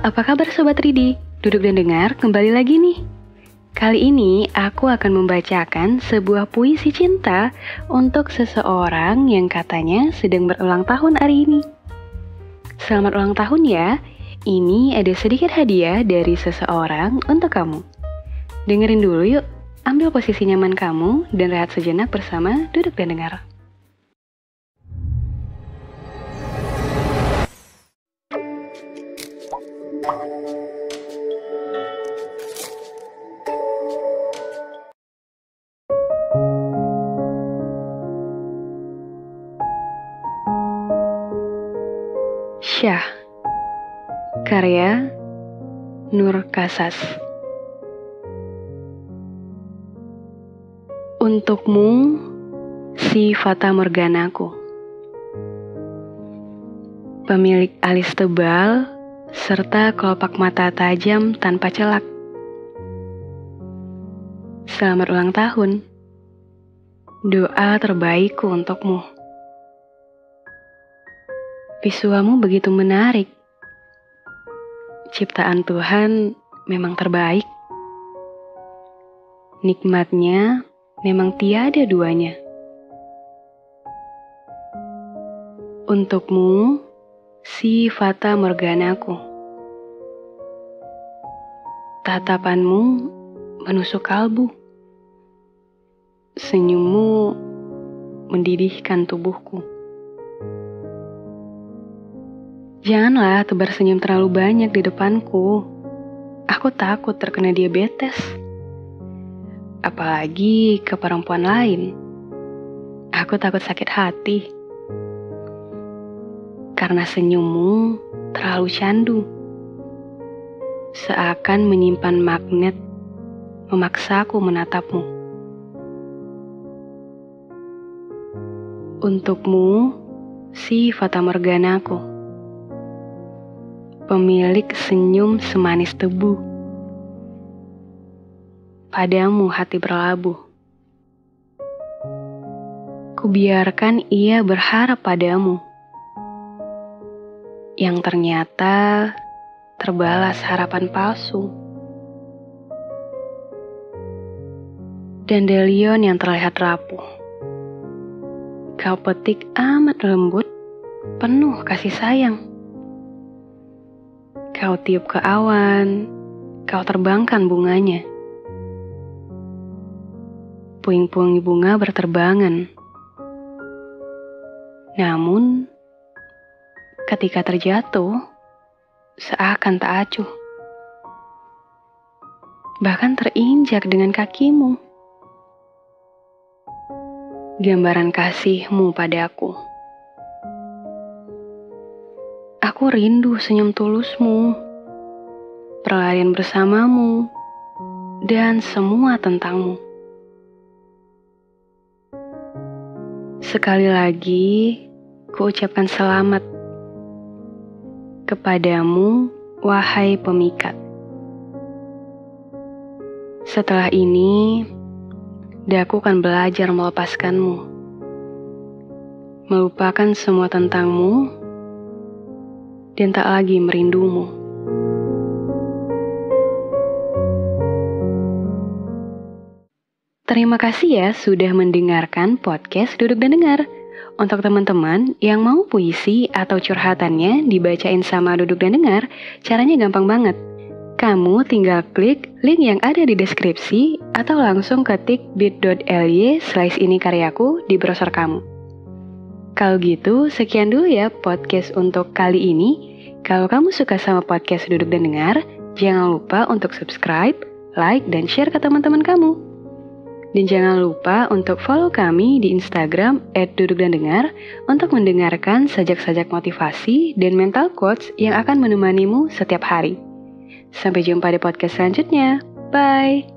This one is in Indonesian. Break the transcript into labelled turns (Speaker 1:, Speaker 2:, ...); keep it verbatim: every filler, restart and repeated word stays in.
Speaker 1: apa kabar Sobat Ridi? Duduk dan dengar kembali lagi nih. Kali ini aku akan membacakan sebuah puisi cinta untuk seseorang yang katanya sedang berulang tahun hari ini. Selamat ulang tahun ya. Ini ada sedikit hadiah dari seseorang untuk kamu. Dengerin dulu yuk. Ambil posisi nyaman kamu dan rehat sejenak bersama Duduk dan Dengar. Syah, karya Nur Kasas. Untukmu, si Fata Morganaku, pemilik alis tebal serta kelopak mata tajam tanpa celak. Selamat ulang tahun. Doa terbaikku untukmu. Visuamu begitu menarik. Ciptaan Tuhan memang terbaik. Nikmatnya memang tiada duanya. Untukmu, si Fata Morganaku. Tatapanmu menusuk kalbu. Senyummu mendidihkan tubuhku. Janganlah tebar senyum terlalu banyak di depanku. Aku takut terkena diabetes. Apalagi ke perempuan lain. Aku takut sakit hati. Karena senyummu terlalu candu. Seakan menyimpan magnet memaksaku menatapmu. Untukmu, si Fata Morganaku. Pemilik senyum semanis tebu. Padamu hati berlabuh. Kubiarkan ia berharap padamu. Yang ternyata terbalas harapan palsu. Dandelion yang terlihat rapuh. Kau petik amat lembut, penuh kasih sayang. Kau tiup ke awan, kau terbangkan bunganya. Puing-puing bunga berterbangan. Namun, ketika terjatuh, seakan tak acuh. Bahkan terinjak dengan kakimu. Gambaran kasihmu padaku. Aku rindu senyum tulusmu, perlarian bersamamu, dan semua tentangmu. Sekali lagi, kuucapkan selamat kepadamu, wahai pemikat. Setelah ini, daku akan belajar melepaskanmu, melupakan semua tentangmu, dan tak lagi merindumu. Terima kasih ya sudah mendengarkan podcast Duduk dan Dengar. Untuk teman-teman yang mau puisi atau curhatannya dibacain sama Duduk dan Dengar, caranya gampang banget. Kamu tinggal klik link yang ada di deskripsi atau langsung ketik bit.ly slash ini karyaku di browser kamu. Kalau gitu, sekian dulu ya podcast untuk kali ini. Kalau kamu suka sama podcast Duduk dan Dengar, jangan lupa untuk subscribe, like, dan share ke teman-teman kamu. Dan jangan lupa untuk follow kami di Instagram et duduk dan dengar untuk mendengarkan sajak-sajak motivasi dan mental quotes yang akan menemanimu setiap hari. Sampai jumpa di podcast selanjutnya. Bye!